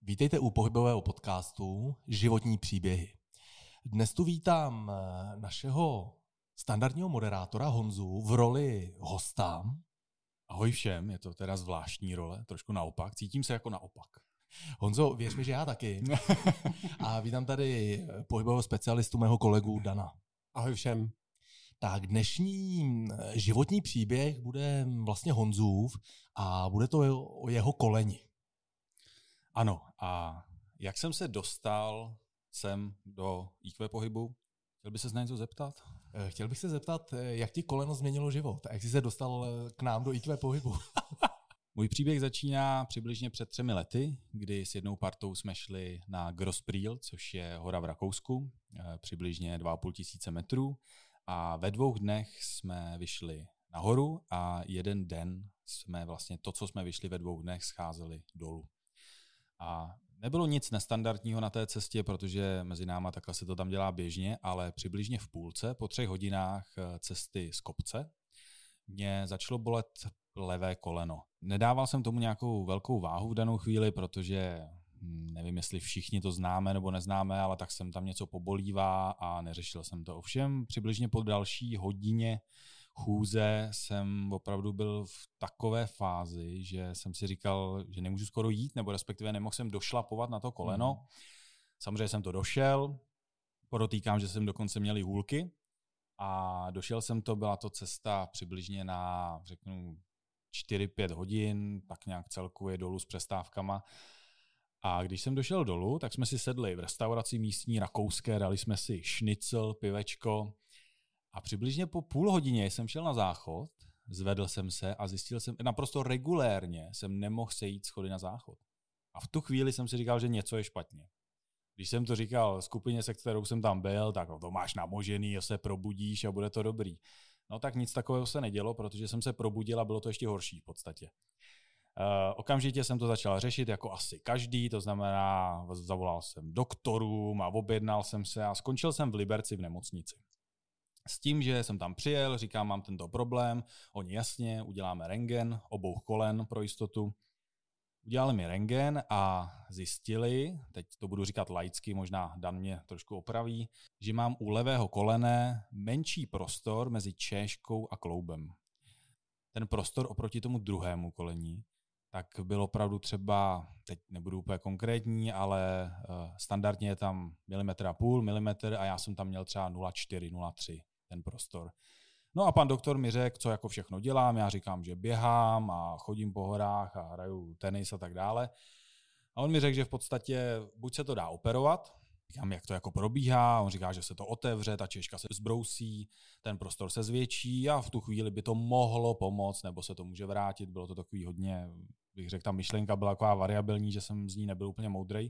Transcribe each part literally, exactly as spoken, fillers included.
Vítejte u pohybového podcastu Životní příběhy. Dnes tu vítám našeho standardního moderátora Honzu v roli hosta. Ahoj všem, je to teda zvláštní role, trošku naopak, cítím se jako naopak. Honzo, věř mi, že já taky. A vítám tady pohybového specialistu, mého kolegu Dana. Ahoj všem. Tak dnešní životní příběh bude vlastně Honzův a bude to o jeho koleni. Ano, a jak jsem se dostal sem do í kvé pohybu? Chtěl bys se na něco zeptat? Chtěl bych se zeptat, jak ti koleno změnilo život a jak jsi se dostal k nám do í kvé pohybu? Můj příběh začíná přibližně před třemi lety, kdy s jednou partou jsme šli na Grosspriel, což je hora v Rakousku, přibližně dva a půl tisíce metrů. A ve dvou dnech jsme vyšli nahoru a jeden den jsme vlastně to, co jsme vyšli ve dvou dnech, scházeli dolů. A nebylo nic nestandardního na té cestě, protože mezi náma takhle se to tam dělá běžně, ale přibližně v půlce, po třech hodinách cesty z kopce, mě začalo bolet levé koleno. Nedával jsem tomu nějakou velkou váhu v danou chvíli, protože nevím, jestli všichni to známe nebo neznáme, ale tak jsem tam něco pobolívá a neřešil jsem to. Ovšem přibližně po další hodině chůze jsem opravdu byl v takové fázi, že jsem si říkal, že nemůžu skoro jít, nebo respektive nemohl jsem došlapovat na to koleno. Mm. Samozřejmě jsem to došel, podotýkám, že jsem dokonce měl i hůlky a došel jsem to, byla to cesta přibližně na, řeknu, čtyři pět hodin, tak nějak celkově dolů s přestávkama. A když jsem došel dolů, tak jsme si sedli v restauraci místní rakouské, dali jsme si šnicl, pivečko a přibližně po půl hodině jsem šel na záchod, zvedl jsem se a zjistil jsem, naprosto regulérně jsem nemohl sejít schody na záchod. A v tu chvíli jsem si říkal, že něco je špatně. Když jsem to říkal skupině, se kterou jsem tam byl, tak no, to máš namožený, se probudíš a bude to dobrý. No tak nic takového se nedělo, protože jsem se probudil a bylo to ještě horší v podstatě. Uh, okamžitě jsem to začal řešit jako asi každý, to znamená, zavolal jsem doktorům a objednal jsem se a skončil jsem v Liberci v nemocnici. S tím, že jsem tam přijel, říkám, mám tento problém, oni jasně, uděláme rentgen obou kolen pro jistotu. Udělali mi rentgen a zjistili, teď to budu říkat laicky, možná Dan mě trošku opraví, že mám u levého kolene menší prostor mezi čéškou a kloubem. Ten prostor oproti tomu druhému koleni tak byl opravdu třeba, teď nebudu úplně konkrétní, ale uh, standardně je tam milimetr a půl, milimetr a já jsem tam měl třeba nula celá čtyři, nula celá tři ten prostor. No a pan doktor mi řekl, co jako všechno dělám, já říkám, že běhám a chodím po horách a hraju tenis a tak dále. A on mi řekl, že v podstatě buď se to dá operovat, říkám, jak to jako probíhá, on říká, že se to otevře, ta češka se zbrousí, ten prostor se zvětší a v tu chvíli by to mohlo pomoct, nebo se to může vrátit, bylo to takový hodně, bych řekl, ta myšlenka byla taková variabilní, že jsem z ní nebyl úplně moudrej.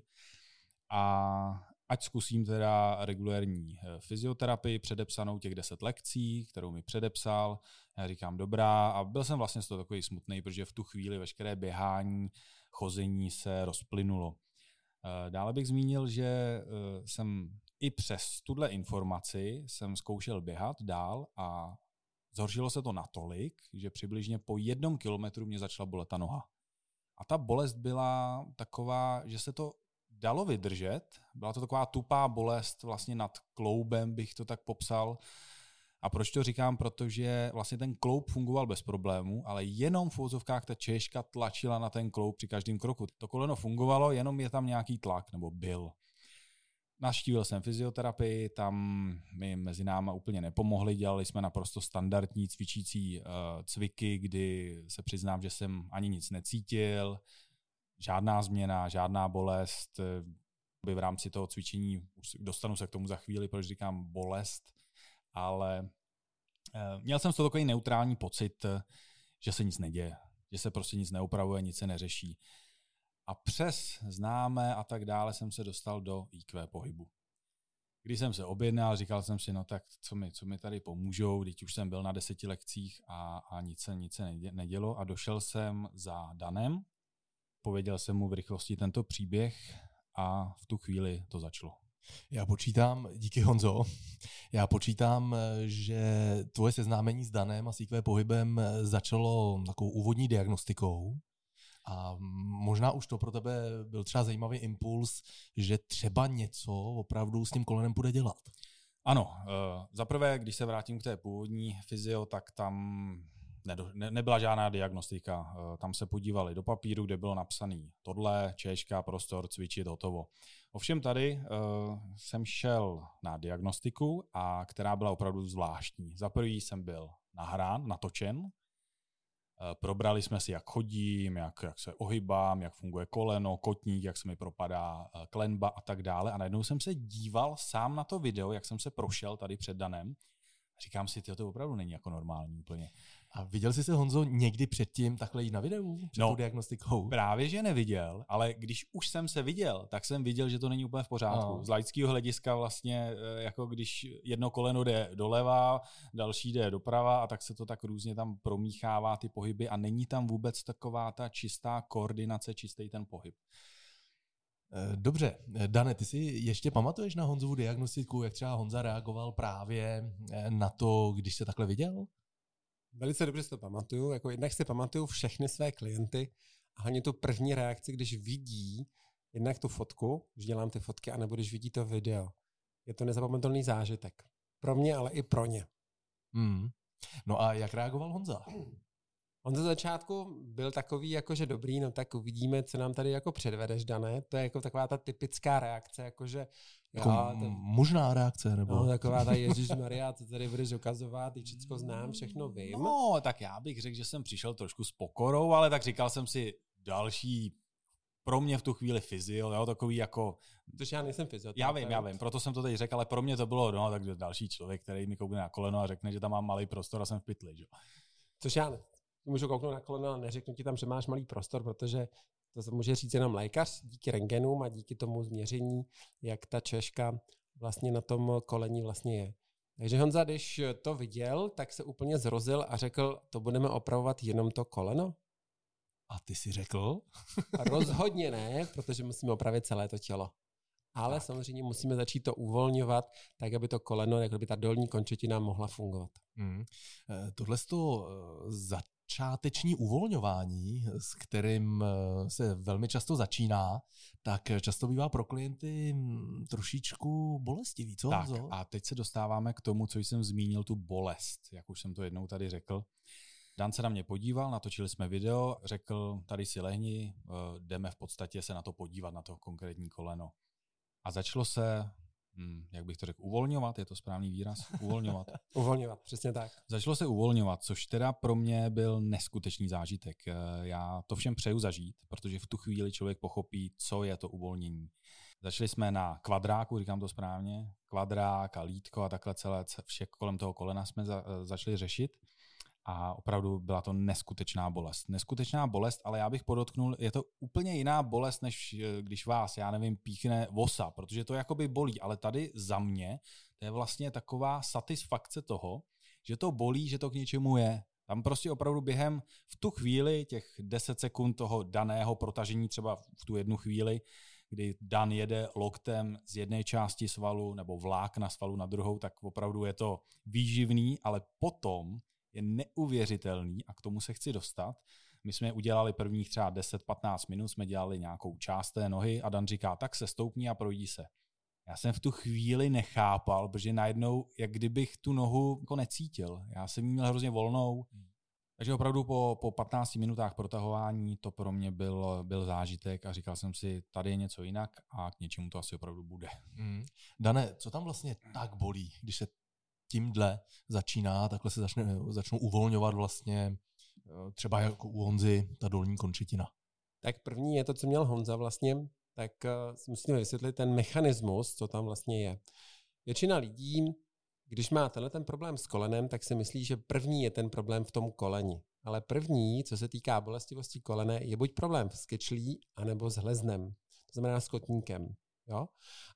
A ať zkusím teda regulérní fyzioterapii předepsanou těch deset lekcí, kterou mi předepsal, já říkám dobrá a byl jsem vlastně z toho takový smutný, protože v tu chvíli veškeré běhání, chození se rozplynulo. Dále bych zmínil, že jsem i přes tuhle informaci jsem zkoušel běhat dál a zhoršilo se to natolik, že přibližně po jednom kilometru mě začala bolet ta noha. A ta bolest byla taková, že se to dalo vydržet. Byla to taková tupá bolest vlastně nad kloubem, bych to tak popsal. A proč to říkám? Protože vlastně ten kloub fungoval bez problémů, ale jenom v uvozovkách ta češka tlačila na ten kloub při každém kroku. To koleno fungovalo, jenom je tam nějaký tlak, nebo byl. Navštívil jsem fyzioterapii, tam mi mezi náma úplně nepomohli, dělali jsme naprosto standardní cvičící uh, cviky, kdy se přiznám, že jsem ani nic necítil, žádná změna, žádná bolest. By v rámci toho cvičení, dostanu se k tomu za chvíli, proč říkám bolest, ale uh, měl jsem z toho takový neutrální pocit, že se nic neděje, že se prostě nic neupravuje, nic se neřeší. A přes známé a tak dále jsem se dostal do í kvé pohybu. Když jsem se objednal, říkal jsem si, no tak co mi, co mi tady pomůžou, když už jsem byl na deseti lekcích a, a nic se, nic se nedělo a došel jsem za Danem, pověděl jsem mu v rychlosti tento příběh a v tu chvíli to začalo. Já počítám, díky Honzo, já počítám, že tvoje seznámení s Danem a s í kvé pohybem začalo takovou úvodní diagnostikou A možná už to pro tebe byl třeba zajímavý impuls, že třeba něco opravdu s tím kolenem bude dělat. Ano, uh, zaprvé, když se vrátím k té původní fyzio, tak tam nedo, ne, nebyla žádná diagnostika. Uh, tam se podívali do papíru, kde bylo napsaný tohle, češka, prostor, cvičit, hotovo. Ovšem tady uh, jsem šel na diagnostiku, a která byla opravdu zvláštní. Za prvý jsem byl nahrán, natočen, uh, probrali jsme si, jak chodím, jak, jak se ohybám, jak funguje koleno, kotník, jak se mi propadá uh, klenba a tak dále. A najednou jsem se díval sám na to video, jak jsem se prošel tady před Danem. Říkám si, tyjo, to opravdu není jako normální úplně. A viděl jsi se, Honzo, někdy předtím takhle jít na videu? Před no, tou diagnostikou? Právě, že neviděl, ale když už jsem se viděl, tak jsem viděl, že to není úplně v pořádku. No. Z laického hlediska vlastně, jako když jedno koleno jde doleva, další jde doprava a tak se to tak různě tam promíchává ty pohyby a není tam vůbec taková ta čistá koordinace, čistý ten pohyb. Dobře, Dane, ty si ještě pamatuješ na Honzovu diagnostiku, jak třeba Honza reagoval právě na to, když se takhle viděl? Velice dobře si to pamatuju, jako jednak si pamatuju všechny své klienty a hlavně tu první reakci, když vidí jednak tu fotku, když dělám ty fotky, anebo když vidí to video. Je to nezapomenutelný zážitek. Pro mě, ale i pro ně. Hmm. No a jak reagoval Honza? On ze začátku byl takový, jakože dobrý, no tak uvidíme, co nám tady jako předvedeš, Dané. To je jako taková ta typická reakce, jakože... Jako já, to, možná reakce, nebo... No, taková ta Ježišmarja, co tady budeš ukazovat, ty všechno znám, všechno vím. No, tak já bych řekl, že jsem přišel trošku s pokorou, ale tak říkal jsem si další pro mě v tu chvíli fyzio, jo, takový jako... Protože já nejsem fyzio. Já vím, já vím, proto jsem to teď řekl, ale pro mě to bylo, no, tak další člověk, který mi koukne na koleno a řekne, že tam mám malý prostor a jsem v pytli, jo. Což já ne. Můžu kouknout na koleno a neřeknu ti tam, že máš malý prostor, protože to se může říct jenom lékař díky rentgenům a díky tomu změření, jak ta češka vlastně na tom koleni vlastně je. Takže Honza, když to viděl, tak se úplně zrozil a řekl, to budeme opravovat jenom to koleno? A ty si řekl? Rozhodně ne, protože musíme opravit celé to tělo. Ale tak. Samozřejmě musíme začít to uvolňovat, tak aby to koleno, jak by ta dolní končetina mohla fungovat. Hmm. Tohle to začáteční uvolňování, s kterým se velmi často začíná, tak často bývá pro klienty trošičku bolestivý, co? Tak a teď se dostáváme k tomu, co jsem zmínil, tu bolest, jak už jsem to jednou tady řekl. Dan se na mě podíval, natočili jsme video, řekl, tady si lehni, jdeme v podstatě se na to podívat, na to konkrétní koleno. A začalo se, hm, jak bych to řekl, uvolňovat, je to správný výraz? Uvolňovat. Uvolňovat, přesně tak. Začalo se uvolňovat, což teda pro mě byl neskutečný zážitek. Já to všem přeju zažít, protože v tu chvíli člověk pochopí, co je to uvolnění. Začali jsme na kvadráku, říkám to správně, kvadrák a lítko a takhle celé, vše kolem toho kolena jsme za, začali řešit. A opravdu byla to neskutečná bolest. Neskutečná bolest, ale já bych podotknul, je to úplně jiná bolest, než když vás, já nevím, píchne vosa, protože to jakoby bolí, ale tady za mě to je vlastně taková satisfakce toho, že to bolí, že to k něčemu je. Tam prostě opravdu během v tu chvíli, těch deset sekund toho daného protažení, třeba v tu jednu chvíli, kdy Dan jede loktem z jedné části svalu nebo vlákna svalu na druhou, tak opravdu je to výživný, ale potom je neuvěřitelný a k tomu se chci dostat. My jsme udělali prvních třeba deset patnáct minut, jsme dělali nějakou část té nohy a Dan říká, tak se stoupni a projdi se. Já jsem v tu chvíli nechápal, protože najednou, jak kdybych tu nohu jako necítil. Já jsem ji měl hrozně volnou, takže opravdu po, po patnácti minutách protahování to pro mě byl, byl zážitek a říkal jsem si, tady je něco jinak a k něčemu to asi opravdu bude. Mm. Dane, co tam vlastně tak bolí, když se tímhle začíná, takhle se začne, začnou uvolňovat vlastně třeba jako u Honzy ta dolní končetina? Tak první je to, co měl Honza vlastně, tak si musíme vysvětlit ten mechanismus, co tam vlastně je. Většina lidí, když má tenhle ten problém s kolenem, tak si myslí, že první je ten problém v tom koleni. Ale první, co se týká bolestivosti kolene, je buď problém s kyčlí, anebo s hleznem, to znamená s kotníkem. Jo?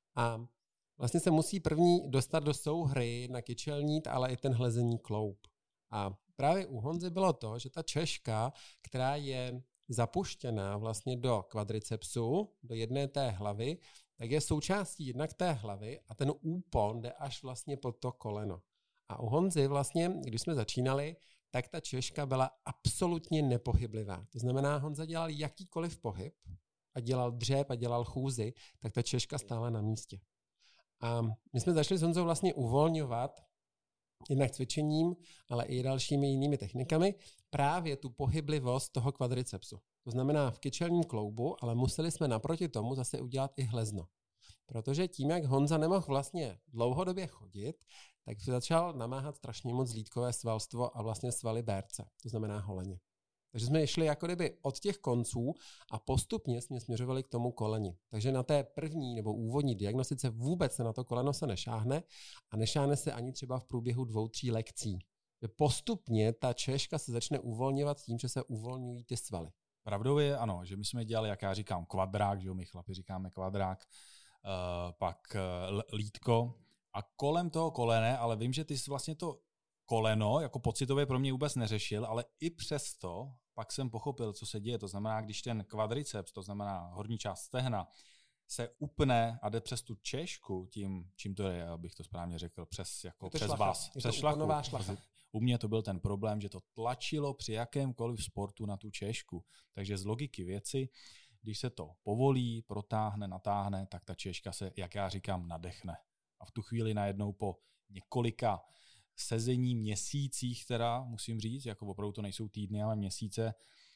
A vlastně se musí první dostat do souhry na kyčelník, ale i ten hlezenní kloub. A právě u Honzy bylo to, že ta češka, která je zapuštěná vlastně do kvadricepsu, do jedné té hlavy, tak je součástí jednak té hlavy a ten úpon jde až vlastně pod to koleno. A u Honzy vlastně, když jsme začínali, tak ta češka byla absolutně nepohyblivá. To znamená, Honza dělal jakýkoliv pohyb a dělal dřep a dělal chůzi, tak ta češka stála na místě. A my jsme začali s Honzou vlastně uvolňovat jednak cvičením, ale i dalšími jinými technikami právě tu pohyblivost toho kvadricepsu. To znamená v kyčelním kloubu, ale museli jsme naproti tomu zase udělat i hlezno. Protože tím, jak Honza nemohl vlastně dlouhodobě chodit, tak se začal namáhat strašně moc lýtkové svalstvo a vlastně svaly bérce, to znamená holeně. Takže jsme šli jako kdyby od těch konců a postupně jsme směřovali k tomu koleni. Takže na té první nebo úvodní diagnostice vůbec se na to koleno se nešáhne a nešáhne se ani třeba v průběhu dvou, tří lekcí. Postupně ta češka se začne uvolňovat tím, že se uvolňují ty svaly. Pravdou je ano, že my jsme dělali, jak já říkám, kvadrák, že jo, my chlapi říkáme kvadrák, uh, pak uh, lítko a kolem toho kolene, ale vím, že ty jsi vlastně to koleno jako pocitově pro mě vůbec neřešil, ale i přesto pak jsem pochopil, co se děje. To znamená, když ten kvadriceps, to znamená horní část stehna, se upne a jde přes tu češku, tím, čím to je, abych to správně řekl, přes, jako přes šlacha. vás, Je přes to šlachu. šlacha. U mě to byl ten problém, že to tlačilo při jakémkoliv sportu na tu češku. Takže z logiky věci, když se to povolí, protáhne, natáhne, tak ta češka se, jak já říkám, nadechne. A v tu chvíli najednou po několika sezení měsících, teda musím říct, jako opravdu to nejsou týdny, ale měsíce,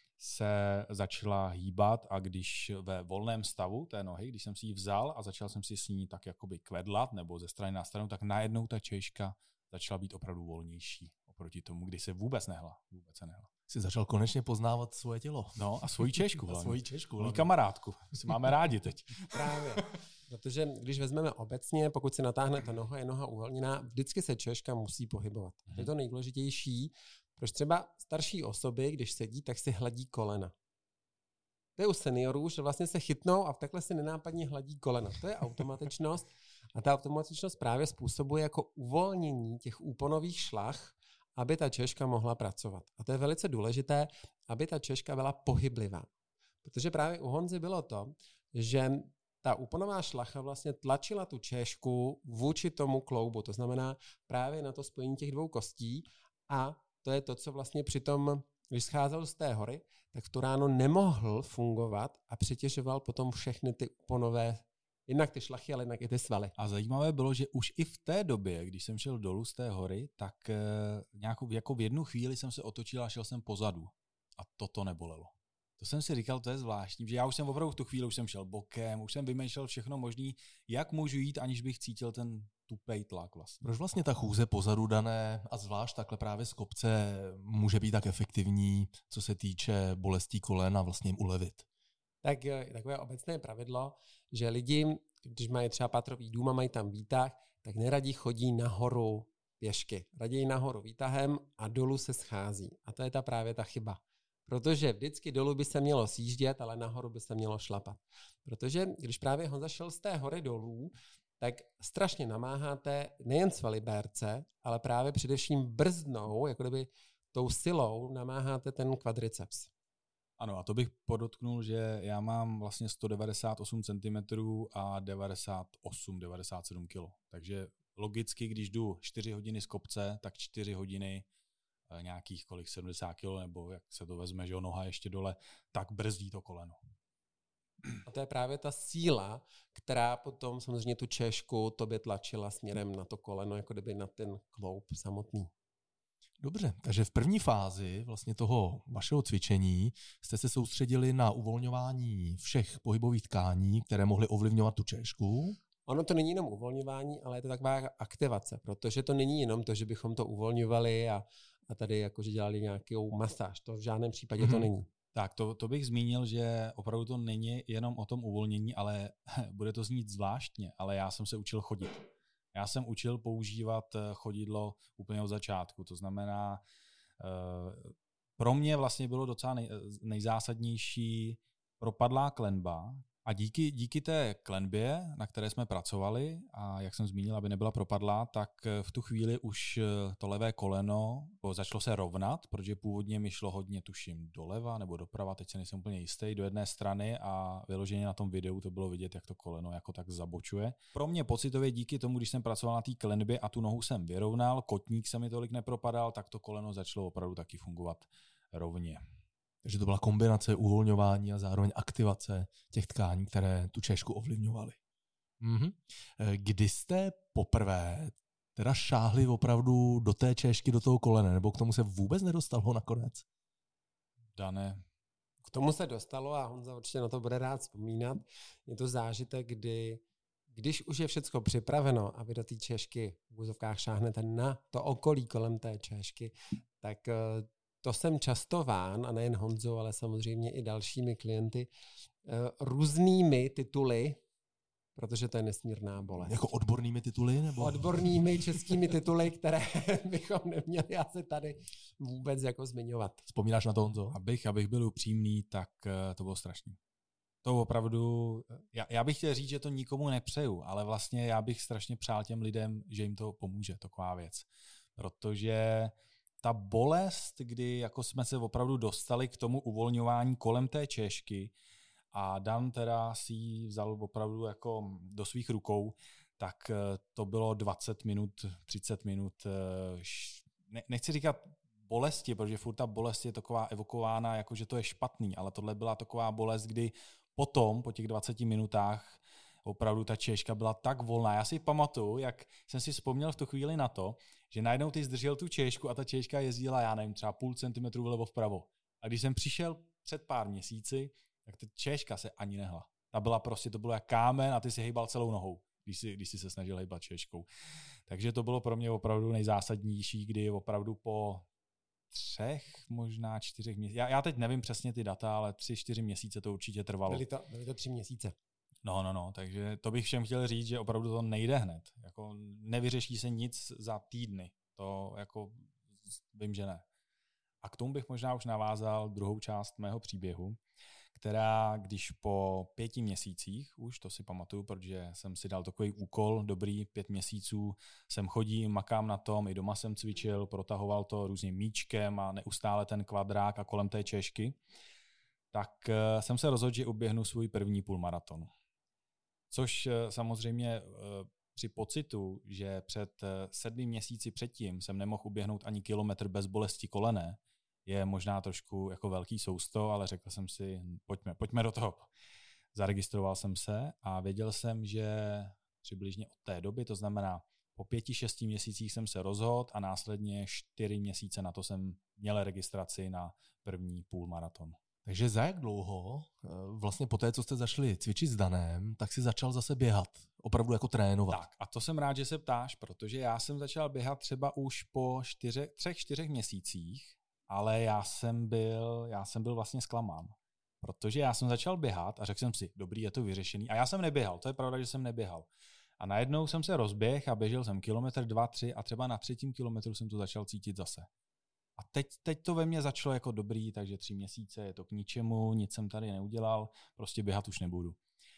se začala hýbat a když ve volném stavu té nohy, když jsem si ji vzal a začal jsem si s ní tak jakoby kvedlat nebo ze strany na stranu, tak najednou ta češka začala být opravdu volnější oproti tomu, kdy se vůbec nehla. Vůbec se nehla. Jsi začal konečně poznávat svoje tělo. No a svoji češku. A svoji češku. Moji kamarádku. Si máme rádi teď. Právě. Protože když vezmeme obecně, pokud si natáhne ta noha, je noha uvolněná, vždycky se češka musí pohybovat. To je to nejdůležitější. Proč třeba starší osoby, když sedí, tak si hladí kolena. To je u seniorů, že vlastně se chytnou a takhle si nenápadně hladí kolena. To je automatičnost a ta automatičnost právě způsobuje jako uvolnění těch úponových šlach, aby ta češka mohla pracovat. A to je velice důležité, aby ta češka byla pohyblivá. Protože právě u Honzy bylo to, že ta úponová šlacha vlastně tlačila tu češku vůči tomu kloubu. To znamená právě na to spojení těch dvou kostí a to je to, co vlastně přitom, když scházel z té hory, tak v tu ráno nemohl fungovat a přetěžoval potom všechny ty úponové, jednak ty šlachy, ale jednak i ty svaly. A zajímavé bylo, že už i v té době, když jsem šel dolů z té hory, tak e, nějakou, jako v jednu chvíli jsem se otočil a šel jsem pozadu. A toto nebolelo. To jsem si říkal, to je zvláštní, že já už jsem opravdu v tu chvíli už jsem šel bokem, už jsem vymýšlel všechno možný, jak můžu jít, aniž bych cítil ten tupej tlak vlastně. Proč vlastně ta chůze pozadu dané a zvlášť takhle právě z kopce může být tak efektivní, co se týče bolestí kolen a vlastně jim ulevit? Tak takové obecné pravidlo, že lidi, když mají třeba patrový dům a mají tam výtah, tak neradí chodí nahoru pěšky. Raději nahoru výtahem a dolů se schází. A to je ta právě ta chyba. Protože vždycky dolů by se mělo sjíždět, ale nahoru by se mělo šlapat. Protože když právě Honza šel z té hory dolů, tak strašně namáháte nejen svaly bérce, ale právě především brzdnou, jako kdyby tou silou namáháte ten kvadriceps. Ano, a to bych podotknul, že já mám vlastně sto devadesát osm centimetrů a devadesát osm devadesát sedm kilo. Takže logicky, když jdu čtyři hodiny z kopce, tak čtyři hodiny nějakých kolik sedmdesát kilo, nebo jak se to vezme, že noha ještě dole, tak brzdí to koleno. A to je právě ta síla, která potom samozřejmě tu češku tobě tlačila směrem na to koleno, jako kdyby na ten kloub samotný. Dobře, takže v první fázi vlastně toho vašeho cvičení jste se soustředili na uvolňování všech pohybových tkání, které mohly ovlivňovat tu češku. Ono to není jenom uvolňování, ale je to taková aktivace, protože to není jenom to, že bychom to uvolňovali a, a tady jakože dělali nějakou masáž. To v žádném případě mm-hmm. to není. Tak to, to bych zmínil, že opravdu to není jenom o tom uvolnění, ale bude to znít zvláštně, ale já jsem se učil chodit. Já jsem učil používat chodidlo úplně od začátku, to znamená, pro mě vlastně bylo docela nej, nejzásadnější propadlá klenba, A díky, díky té klenbě, na které jsme pracovali a jak jsem zmínil, aby nebyla propadlá, tak v tu chvíli už to levé koleno začalo se rovnat, protože původně mi šlo hodně, tuším, doleva nebo doprava, teď se nejsem úplně jistý, do jedné strany a vyloženě na tom videu to bylo vidět, jak to koleno jako tak zabočuje. Pro mě pocitově díky tomu, když jsem pracoval na té klenbě a tu nohu jsem vyrovnal, kotník se mi tolik nepropadal, tak to koleno začalo opravdu taky fungovat rovně. Takže to byla kombinace uvolňování a zároveň aktivace těch tkání, které tu češku ovlivňovaly. Mhm. Kdy jste poprvé teda šáhli opravdu do té češky, do toho kolene, nebo k tomu se vůbec nedostalo nakonec? Dané. K tomu se dostalo a Honza určitě na to bude rád vzpomínat. Je to zážitek, kdy když už je všecko připraveno a vy do té češky v úzovkách šáhnete na to okolí kolem té češky, tak to jsem častován, a nejen Honzo, ale samozřejmě i dalšími klienty, různými tituly, protože to je nesmírná bolest. Jako odbornými tituly? Nebo? Odbornými českými tituly, které bychom neměli asi tady vůbec jako zmiňovat. Vzpomínáš na to, Honzo? Abych, abych byl upřímný, tak to bylo strašný. To opravdu, já, já bych chtěl říct, že to nikomu nepřeju, ale vlastně já bych strašně přál těm lidem, že jim to pomůže, taková věc. Protože ta bolest, kdy jako jsme se opravdu dostali k tomu uvolňování kolem té češky a Dan teda si ji vzal opravdu jako do svých rukou, tak to bylo dvacet minut, třicet minut, nechci říkat bolesti, protože furt ta bolest je taková evokována, jako že to je špatný, ale tohle byla taková bolest, kdy potom, po těch dvaceti minutách, opravdu ta češka byla tak volná. Já si pamatuju, jak jsem si vzpomněl v tu chvíli na to, že najednou ty zdržel tu češku a ta češka jezdila, já nevím, třeba půl centimetru vlevo vpravo. A když jsem přišel před pár měsíci, tak ta češka se ani nehla. Ta byla prostě, to bylo jak kámen a ty si hejbal celou nohou, když si, když si se snažil hejbat češkou. Takže to bylo pro mě opravdu nejzásadnější, kdy opravdu po třech, možná čtyřech měsících. Já, já teď nevím přesně ty data, ale tři, čtyři měsíce to určitě trvalo. Byly to, byly to tři měsíce. No, no, no, takže to bych všem chtěl říct, že opravdu to nejde hned. Jako nevyřeší se nic za týdny. To jako vím, že ne. A k tomu bych možná už navázal druhou část mého příběhu, která, když po pěti měsících, už to si pamatuju, protože jsem si dal takový úkol, dobrý, pět měsíců jsem chodím, makám na tom, i doma jsem cvičil, protahoval to různým míčkem a neustále ten kvadrák a kolem té češky, tak jsem se rozhodl, že uběhnu svůj první půlmaraton. Což samozřejmě při pocitu, že před sedmi měsíci předtím jsem nemohl uběhnout ani kilometr bez bolesti kolene, je možná trošku jako velký sousto, ale řekl jsem si, pojďme, pojďme do toho. Zaregistroval jsem se a věděl jsem, že přibližně od té doby, to znamená po pěti, šesti měsících jsem se rozhodl a následně čtyři měsíce na to jsem měl registraci na první půlmaraton. Takže za jak dlouho, vlastně po té, co jste začali cvičit s Danem, tak si začal zase běhat, opravdu jako trénovat? Tak a to jsem rád, že se ptáš, protože já jsem začal běhat třeba už po čtyře, třech, čtyřech měsících, ale já jsem byl, já jsem byl vlastně zklamán, protože já jsem začal běhat a řekl jsem si, dobrý, je to vyřešený. A já jsem neběhal, to je pravda, že jsem neběhal. A najednou jsem se rozběhl a běžel jsem kilometr, dva, tři a třeba na třetím kilometru jsem to začal cítit zase. A teď, teď to ve mně začalo jako dobrý, takže tři měsíce je to k ničemu, nic jsem tady neudělal, prostě běhat už nebudu.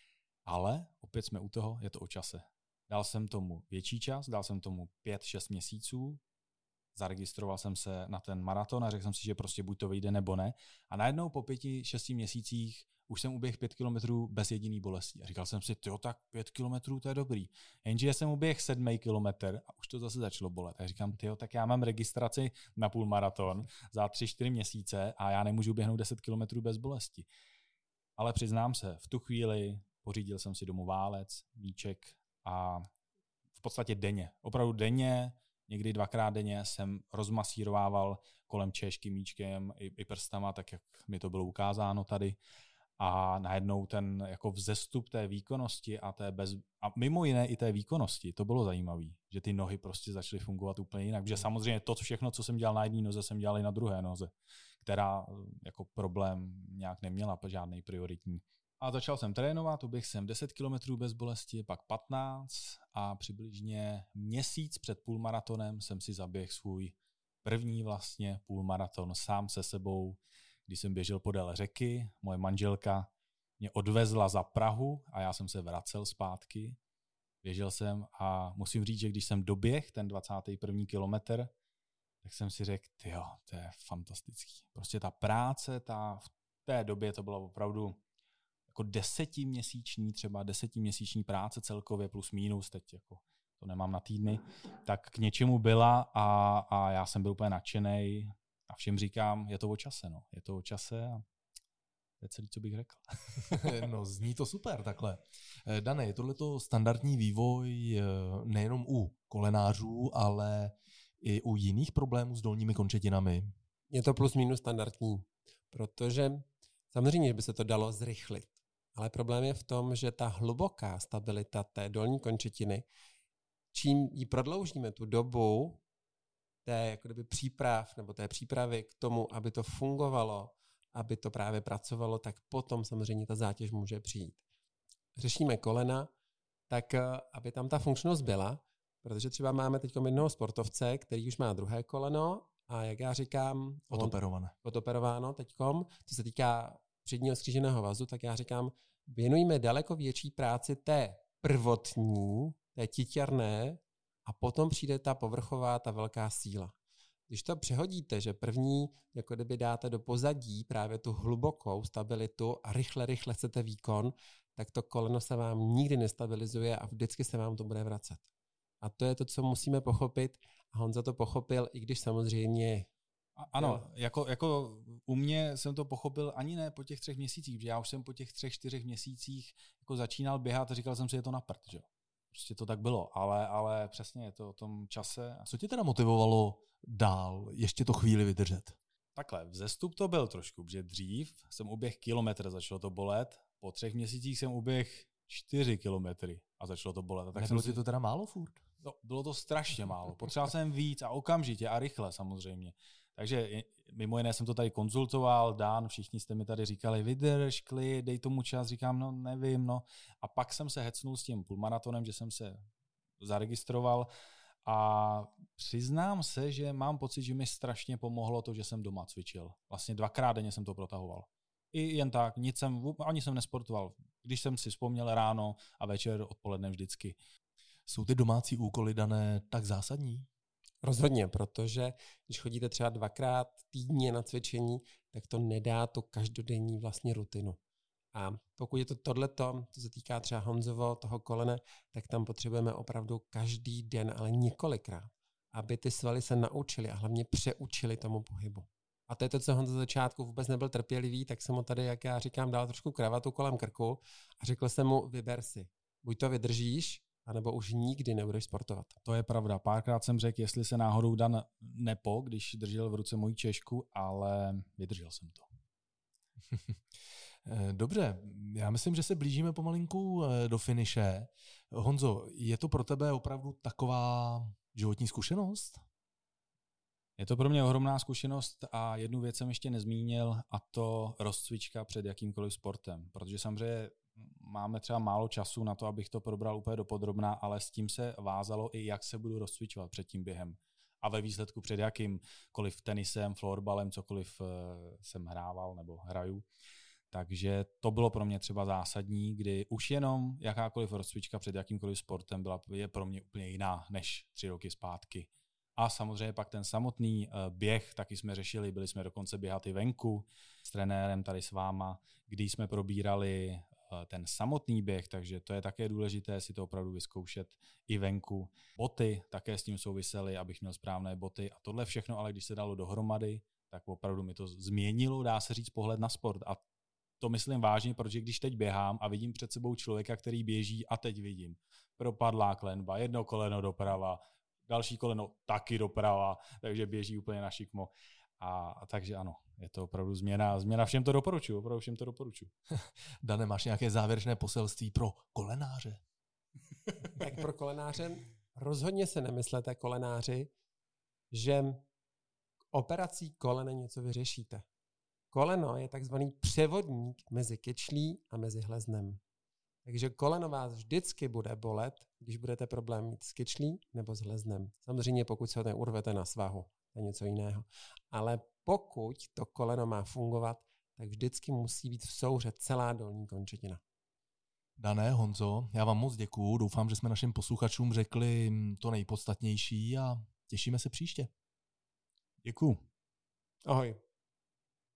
Ale opět jsme u toho, je to o čase. Dal jsem tomu větší čas, dal jsem tomu pět, šest měsíců, zaregistroval jsem se na ten maraton a řekl jsem si, že prostě buď to vyjde nebo ne. A najednou po pěti, šesti měsících už jsem uběhl pět kilometrů bez jediný bolesti. A říkal jsem si, jo, tak pět kilometrů to je dobrý. Jenže jsem uběhl sedmý kilometr a už to zase začalo bolet. A říkám, jo, tak já mám registraci na půlmaraton za tři, čtyři měsíce a já nemůžu běhnout deset kilometrů bez bolesti. Ale přiznám se, v tu chvíli pořídil jsem si domů válec, míček a v podstatě denně, opravdu denně, někdy dvakrát denně jsem rozmasírovával kolem češky míčkem i, i prstama, tak jak mi to bylo ukázáno tady. A najednou ten jako vzestup té výkonnosti a té bez, a mimo jiné i té výkonnosti, to bylo zajímavé, že ty nohy prostě začaly fungovat úplně jinak. Protože samozřejmě to všechno, co jsem dělal na jedné noze, jsem dělal i na druhé noze, která jako problém nějak neměla, žádný prioritní. A začal jsem trénovat, uběhl jsem deset kilometrů bez bolesti, pak patnáct a přibližně měsíc před půlmaratonem jsem si zaběhl svůj první vlastně půlmaraton sám se sebou, když jsem běžel podél řeky. Moje manželka mě odvezla za Prahu a já jsem se vracel zpátky. Běžel jsem a musím říct, že když jsem doběh ten dvacátý první kilometr, tak jsem si řekl, tyjo, to je fantastický. Prostě ta práce, ta, v té době to bylo opravdu jako desetiměsíční, třeba desetiměsíční práce celkově plus minus, teď jako to nemám na týdny, tak k něčemu byla a, a já jsem byl úplně nadšenej a všem říkám, je to o čase, no. Je to o čase a to je celý, co bych řekl. No, zní to super takhle. Dane, je tohleto standardní vývoj nejenom u kolenářů, ale i u jiných problémů s dolními končetinami? Je to plus minus standardní, protože samozřejmě by se to dalo zrychlit, ale problém je v tom, že ta hluboká stabilita té dolní končetiny, čím ji prodloužíme tu dobu té jako kdyby příprav nebo té přípravy k tomu, aby to fungovalo, aby to právě pracovalo, tak potom samozřejmě ta zátěž může přijít. Řešíme kolena, tak aby tam ta funkčnost byla, protože třeba máme teď jednoho sportovce, který už má druhé koleno a jak já říkám... Odoperované. Odoperováno teďkom, co se týká předního skříženého vazu, tak já říkám, věnujeme daleko větší práci té prvotní, té titěrné a potom přijde ta povrchová, ta velká síla. Když to přehodíte, že první, jako kdyby dáte do pozadí právě tu hlubokou stabilitu a rychle, rychle chcete výkon, tak to koleno se vám nikdy nestabilizuje a vždycky se vám to bude vracet. A to je to, co musíme pochopit. A Honza to pochopil, i když samozřejmě... Ano, jako, jako u mě jsem to pochopil ani ne po těch třech měsících, protože já už jsem po těch třech, čtyřech měsících jako začínal běhat a říkal jsem si, je to na prd, že? Prostě to tak bylo, ale, ale přesně je to o tom čase. Co tě teda motivovalo dál ještě to chvíli vydržet? Takhle, vzestup to byl trošku, protože dřív jsem uběh kilometr, začalo to bolet, po třech měsících jsem uběh čtyři kilometry a začalo to bolet. A tak Nebylo jsem ti to teda málo furt? No, bylo to strašně málo. Potřeboval jsem víc a okamžitě a rychle samozřejmě. Takže mimo jiné jsem to tady konzultoval, Dan, všichni jste mi tady říkali, vydrž, klid, dej tomu čas, říkám, no nevím, no. A pak jsem se hecnul s tím půlmaratonem, že jsem se zaregistroval a přiznám se, že mám pocit, že mi strašně pomohlo to, že jsem doma cvičil. Vlastně dvakrát denně jsem to protahoval. I jen tak, nic jsem, ani jsem nesportoval. Když jsem si vzpomněl ráno a večer odpoledne vždycky. Jsou ty domácí úkoly dané tak zásadní? Rozhodně, protože když chodíte třeba dvakrát týdně na cvičení, tak to nedá tu každodenní vlastně rutinu. A pokud je to tohleto, co se týká třeba Honzovo, toho kolene, tak tam potřebujeme opravdu každý den, ale několikrát, aby ty svaly se naučily a hlavně přeučily tomu pohybu. A to je to, co Honza za začátku vůbec nebyl trpělivý, tak jsem mu tady, jak já říkám, dal trošku kravatu kolem krku a řekl jsem mu, vyber si. Buď to vydržíš, anebo už nikdy nebudeš sportovat. To je pravda. Párkrát jsem řekl, jestli se náhodou Dan nepo, když držel v ruce moji češku, ale vydržel jsem to. Dobře, já myslím, že se blížíme pomalinku do finiše. Honzo, je to pro tebe opravdu taková životní zkušenost? Je to pro mě ohromná zkušenost a jednu věc jsem ještě nezmínil, a to rozcvička před jakýmkoliv sportem, protože samozřejmě máme třeba málo času na to, abych to probral úplně dopodrobná, ale s tím se vázalo i jak se budu rozcvičovat před tím během. A ve výsledku před jakýmkoliv tenisem, florbalem, cokoliv jsem hrával nebo hraju. Takže to bylo pro mě třeba zásadní, kdy už jenom jakákoliv rozcvička před jakýmkoliv sportem byla, je pro mě úplně jiná než tři roky zpátky. A samozřejmě pak ten samotný běh, taky jsme řešili, byli jsme dokonce běhat i venku s trenérem tady s váma, kdy jsme probírali ten samotný běh, takže to je také důležité si to opravdu vyzkoušet i venku. Boty také s tím souvisely, abych měl správné boty a tohle všechno, ale když se dalo dohromady, tak opravdu mi to změnilo, dá se říct, pohled na sport. A to myslím vážně, protože když teď běhám a vidím před sebou člověka, který běží a teď vidím propadlá klenba, jedno koleno doprava, další koleno taky doprava, takže běží úplně na šikmo. A, a takže ano, je to opravdu změna. Změna všem to doporučuji, opravdu všem to doporučuji. Dane, máš nějaké závěrečné poselství pro kolenáře? Tak pro kolenáře rozhodně se nemyslete, kolenáři, že operací kolene něco vyřešíte. Koleno je takzvaný převodník mezi kyčlí a mezi hleznem. Takže koleno vás vždycky bude bolet, když budete problém mít s kyčlí nebo s hleznem. Samozřejmě pokud se ho neurvete na svahu, to je něco jiného. Ale pokud to koleno má fungovat, tak vždycky musí být v souhře celá dolní končetina. Dané, Honzo, já vám moc děkuju. Doufám, že jsme našim posluchačům řekli to nejpodstatnější a těšíme se příště. Děkuju. Ahoj.